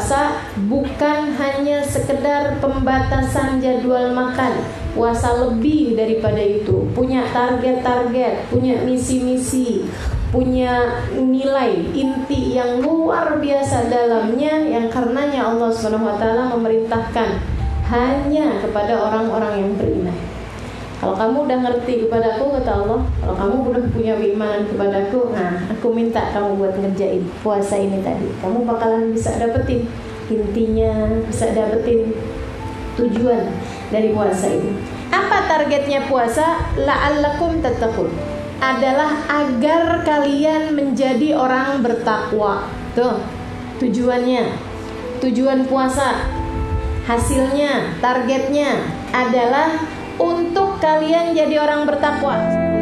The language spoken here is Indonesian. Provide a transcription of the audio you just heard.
puasa bukan hanya sekedar pembatasan jadwal makan. Puasa lebih daripada itu, punya target-target, punya misi-misi, punya nilai inti yang luar biasa dalamnya, yang karenanya Allah SWT memerintahkan hanya kepada orang-orang yang beriman. Kalau kamu udah ngerti kepada aku, kata Allah, kalau kamu udah punya keimanan kepada aku, nah aku minta kamu buat ngerjain puasa ini tadi. Kamu bakalan bisa dapetin intinya, bisa dapetin tujuan dari puasa ini. Apa targetnya puasa? La'allakum tattaqun, adalah agar kalian menjadi orang bertakwa. Tuh tujuannya. Tujuan puasa, hasilnya, targetnya adalah untuk kalian jadi orang bertakwa.